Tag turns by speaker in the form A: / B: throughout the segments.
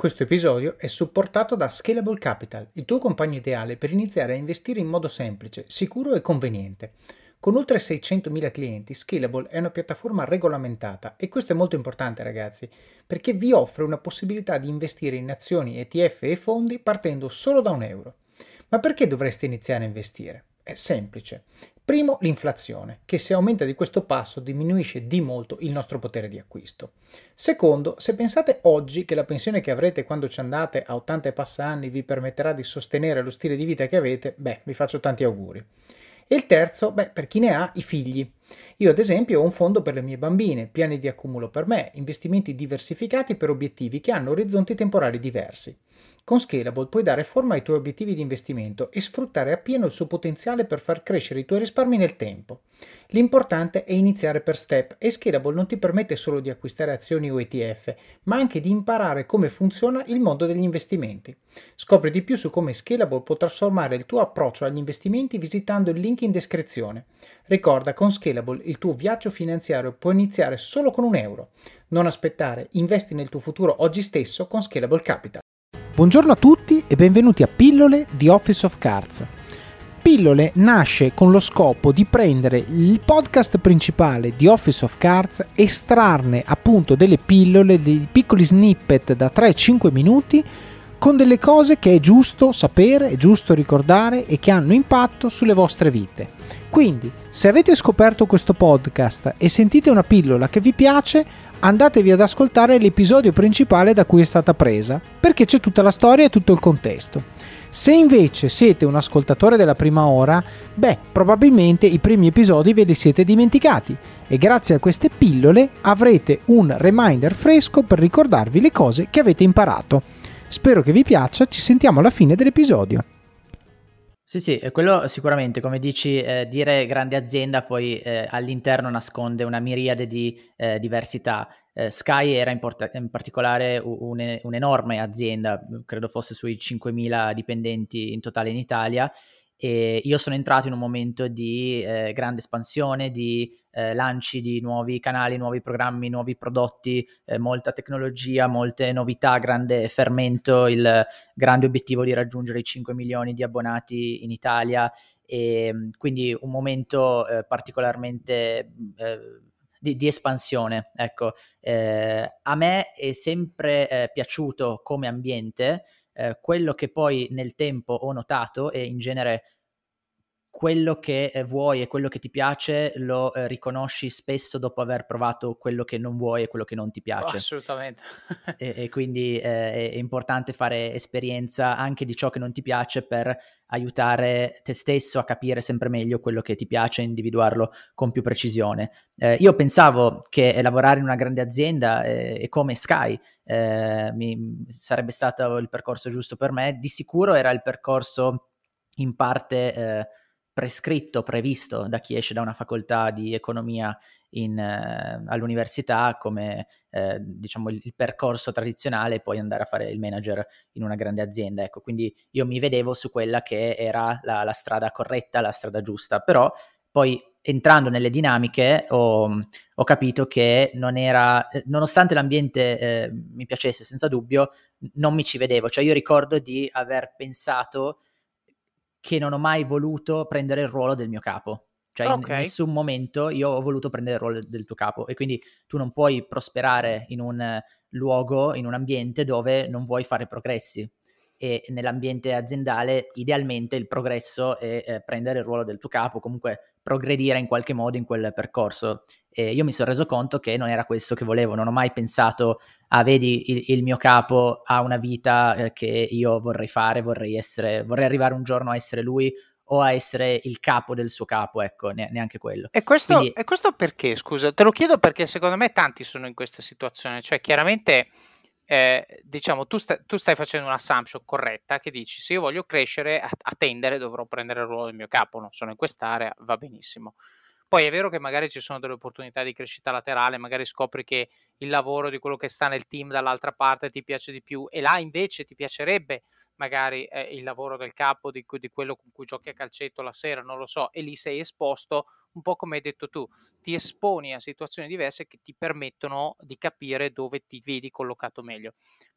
A: Questo episodio è supportato da Scalable Capital, il tuo compagno ideale per iniziare a investire in modo semplice, sicuro e conveniente. Con oltre 600.000 clienti, Scalable è una piattaforma regolamentata e questo è molto importante ragazzi, perché vi offre una possibilità di investire in azioni, ETF e fondi partendo solo da €1. Ma perché dovreste iniziare a investire? È semplice. Primo, l'inflazione, che se aumenta di questo passo diminuisce di molto il nostro potere di acquisto. Secondo, se pensate oggi che la pensione che avrete quando ci andate a 80 e passa anni vi permetterà di sostenere lo stile di vita che avete, vi faccio tanti auguri. E il terzo, per chi ne ha, i figli. Io ad esempio ho un fondo per le mie bambine, piani di accumulo per me, investimenti diversificati per obiettivi che hanno orizzonti temporali diversi. Con Scalable puoi dare forma ai tuoi obiettivi di investimento e sfruttare appieno il suo potenziale per far crescere i tuoi risparmi nel tempo. L'importante è iniziare per step e Scalable non ti permette solo di acquistare azioni o ETF, ma anche di imparare come funziona il mondo degli investimenti. Scopri di più su come Scalable può trasformare il tuo approccio agli investimenti visitando il link in descrizione. Ricorda, con Scalable il tuo viaggio finanziario può iniziare solo con €1. Non aspettare, investi nel tuo futuro oggi stesso con Scalable Capital.
B: Buongiorno a tutti e benvenuti a Pillole di Office of Cards. Pillole nasce con lo scopo di prendere il podcast principale di Office of Cards, estrarne appunto delle pillole, dei piccoli snippet da 3-5 minuti con delle cose che è giusto sapere, è giusto ricordare e che hanno impatto sulle vostre vite. Quindi, se avete scoperto questo podcast e sentite una pillola che vi piace, andatevi ad ascoltare l'episodio principale da cui è stata presa, perché c'è tutta la storia e tutto il contesto. Se invece siete un ascoltatore della prima ora, probabilmente i primi episodi ve li siete dimenticati e grazie a queste pillole avrete un reminder fresco per ricordarvi le cose che avete imparato. Spero che vi piaccia, ci sentiamo alla fine dell'episodio.
C: Sì, quello sicuramente, come dici, dire grande azienda poi all'interno nasconde una miriade di diversità. Sky era in particolare un'enorme azienda, credo fosse sui 5.000 dipendenti in totale in Italia, e io sono entrato in un momento di grande espansione, di lanci di nuovi canali, nuovi programmi, nuovi prodotti, molta tecnologia, molte novità, grande fermento, il grande obiettivo di raggiungere i 5 milioni di abbonati in Italia, e quindi un momento particolarmente di espansione, ecco. A me è sempre piaciuto come ambiente. Quello che poi nel tempo ho notato, e in genere quello che vuoi e quello che ti piace lo riconosci spesso dopo aver provato quello che non vuoi e quello che non ti piace.
D: Assolutamente.
C: E quindi è importante fare esperienza anche di ciò che non ti piace per aiutare te stesso a capire sempre meglio quello che ti piace e individuarlo con più precisione. Io pensavo che lavorare in una grande azienda e come Sky sarebbe stato il percorso giusto per me. Di sicuro era il percorso in parte prescritto, previsto da chi esce da una facoltà di economia all'università, come diciamo il percorso tradizionale, e poi andare a fare il manager in una grande azienda. Ecco, quindi io mi vedevo su quella che era la strada corretta, la strada giusta, però poi entrando nelle dinamiche ho capito che non era, nonostante l'ambiente mi piacesse senza dubbio, non mi ci vedevo. Cioè io ricordo di aver pensato che non ho mai voluto prendere il ruolo del mio capo. Cioè in nessun momento io ho voluto prendere il ruolo del tuo capo, e quindi tu non puoi prosperare in un luogo, in un ambiente dove non vuoi fare progressi, e nell'ambiente aziendale idealmente il progresso è prendere il ruolo del tuo capo, comunque progredire in qualche modo in quel percorso. E io mi sono reso conto che non era questo che volevo. Non ho mai pensato: ah, vedi, il mio capo ha una vita che io vorrei fare, vorrei arrivare un giorno a essere lui o a essere il capo del suo capo, ecco, neanche quello.
D: E questo perché, scusa? Te lo chiedo perché secondo me tanti sono in questa situazione, cioè chiaramente diciamo tu stai facendo un'assumption corretta che dici: se io voglio crescere a tendere dovrò prendere il ruolo del mio capo, non sono in quest'area, va benissimo. Poi è vero che magari ci sono delle opportunità di crescita laterale, magari scopri che il lavoro di quello che sta nel team dall'altra parte ti piace di più, e là invece ti piacerebbe magari il lavoro del capo, di quello con cui giochi a calcetto la sera, non lo so, e lì sei esposto, un po' come hai detto tu, ti esponi a situazioni diverse che ti permettono di capire dove ti vedi collocato meglio.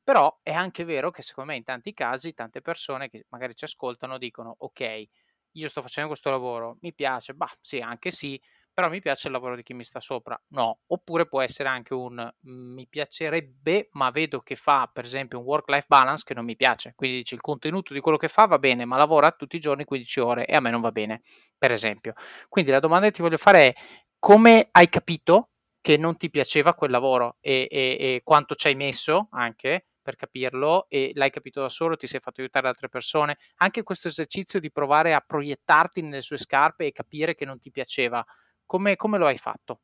D: Però è anche vero che secondo me in tanti casi tante persone che magari ci ascoltano dicono ok, io sto facendo questo lavoro, mi piace, sì, anche sì, però mi piace il lavoro di chi mi sta sopra, no. Oppure può essere anche un mi piacerebbe, ma vedo che fa per esempio un work-life balance che non mi piace, quindi dici il contenuto di quello che fa va bene, ma lavora tutti i giorni 15 ore e a me non va bene, per esempio. Quindi la domanda che ti voglio fare è: come hai capito che non ti piaceva quel lavoro e quanto ci hai messo anche per capirlo, e l'hai capito da solo, ti sei fatto aiutare da altre persone? Anche questo esercizio di provare a proiettarti nelle sue scarpe e capire che non ti piaceva, come lo hai fatto?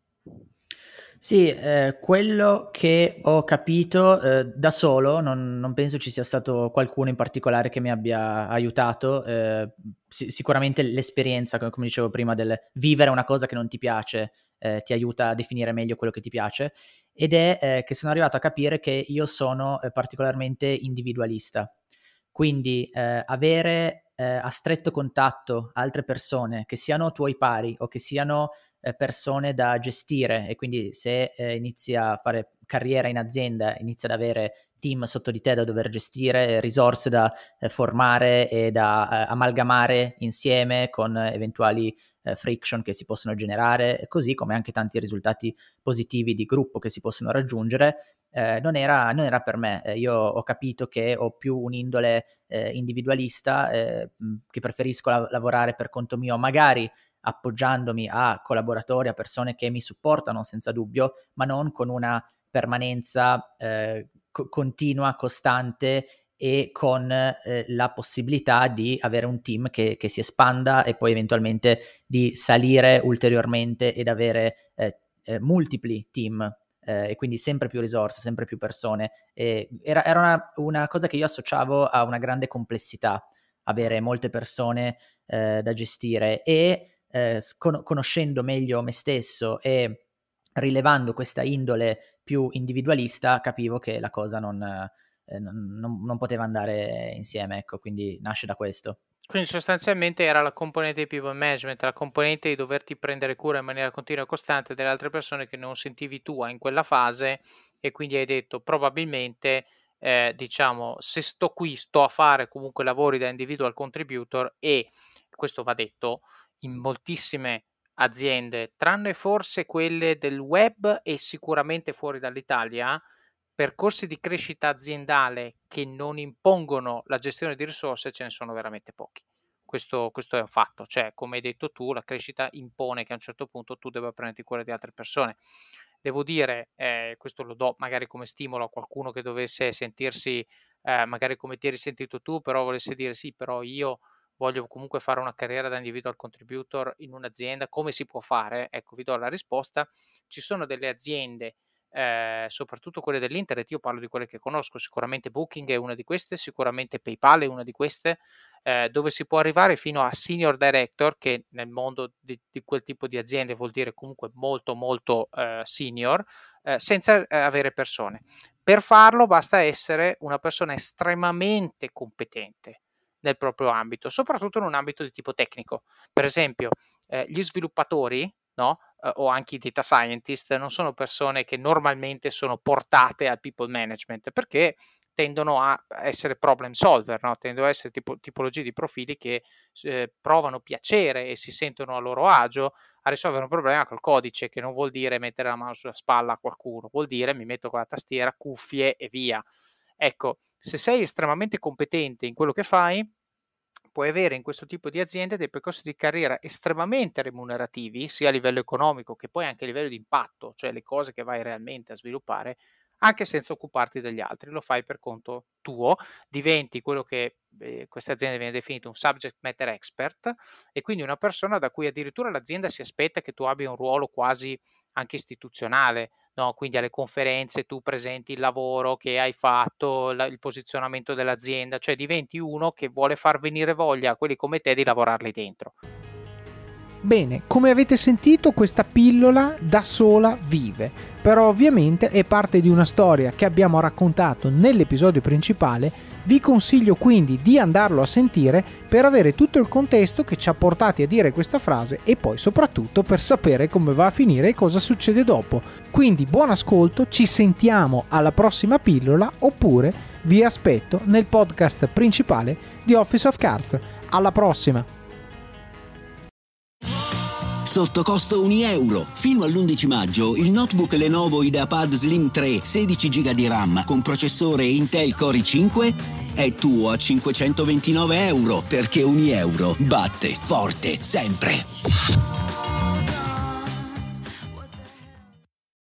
C: Sì, quello che ho capito da solo, non penso ci sia stato qualcuno in particolare che mi abbia aiutato, sicuramente l'esperienza, come dicevo prima, del vivere una cosa che non ti piace, ti aiuta a definire meglio quello che ti piace, ed è che sono arrivato a capire che io sono particolarmente individualista. Quindi avere a stretto contatto altre persone, che siano tuoi pari o che siano persone da gestire, e quindi se inizi a fare carriera in azienda, inizi ad avere team sotto di te da dover gestire, risorse da formare e da amalgamare insieme con eventuali friction che si possono generare, così come anche tanti risultati positivi di gruppo che si possono raggiungere. Non era per me. Io ho capito che ho più un'indole individualista, che preferisco lavorare per conto mio, magari appoggiandomi a collaboratori, a persone che mi supportano senza dubbio, ma non con una permanenza continua, costante, e con la possibilità di avere un team che si espanda e poi eventualmente di salire ulteriormente ed avere multipli team, e quindi sempre più risorse, sempre più persone. Era una cosa che io associavo a una grande complessità, avere molte persone da gestire, e conoscendo meglio me stesso e rilevando questa indole più individualista, capivo che la cosa non poteva andare insieme, ecco, quindi nasce da questo.
D: Quindi sostanzialmente era la componente di people management, la componente di doverti prendere cura in maniera continua e costante delle altre persone che non sentivi tua in quella fase, e quindi hai detto probabilmente diciamo, se sto a fare comunque lavori da individual contributor, e questo va detto in moltissime aziende, tranne forse quelle del web e sicuramente fuori dall'Italia, percorsi di crescita aziendale che non impongono la gestione di risorse ce ne sono veramente pochi. Questo è un fatto, cioè come hai detto tu, la crescita impone che a un certo punto tu debba prenderti cura di altre persone. Devo dire, questo lo do magari come stimolo a qualcuno che dovesse sentirsi, magari come ti eri sentito tu, però volesse dire sì, però io voglio comunque fare una carriera da individual contributor in un'azienda, come si può fare? Ecco, vi do la risposta. Ci sono delle aziende, soprattutto quelle dell'internet, io parlo di quelle che conosco, sicuramente Booking è una di queste, sicuramente PayPal è una di queste, dove si può arrivare fino a senior director, che nel mondo di quel tipo di aziende vuol dire comunque molto molto senior, senza avere persone. Per farlo basta essere una persona estremamente competente nel proprio ambito, soprattutto in un ambito di tipo tecnico. Per esempio, gli sviluppatori, no? O anche i data scientist non sono persone che normalmente sono portate al people management, perché tendono a essere problem solver, no? Tendono a essere tipologie di profili che provano piacere e si sentono a loro agio a risolvere un problema col codice, che non vuol dire mettere la mano sulla spalla a qualcuno, vuol dire mi metto con la tastiera, cuffie e via. Ecco, se sei estremamente competente in quello che fai, puoi avere in questo tipo di aziende dei percorsi di carriera estremamente remunerativi, sia a livello economico che poi anche a livello di impatto, cioè le cose che vai realmente a sviluppare, anche senza occuparti degli altri, lo fai per conto tuo, diventi quello che queste aziende viene definito un subject matter expert, e quindi una persona da cui addirittura l'azienda si aspetta che tu abbia un ruolo quasi anche istituzionale, no? Quindi alle conferenze tu presenti il lavoro che hai fatto, il posizionamento dell'azienda, cioè diventi uno che vuole far venire voglia a quelli come te di lavorarli dentro.
B: Bene, come avete sentito, questa pillola da sola vive, però ovviamente è parte di una storia che abbiamo raccontato nell'episodio principale. Vi consiglio quindi di andarlo a sentire per avere tutto il contesto che ci ha portati a dire questa frase, e poi soprattutto per sapere come va a finire e cosa succede dopo. Quindi buon ascolto, ci sentiamo alla prossima pillola, oppure Vi aspetto nel podcast principale di Office of Cards. Alla prossima!
E: Sotto costo €1. Fino all'11 maggio il notebook Lenovo IdeaPad Slim 3 16 GB di RAM con processore Intel Core i5 è tuo a €529, perché €1 batte forte sempre.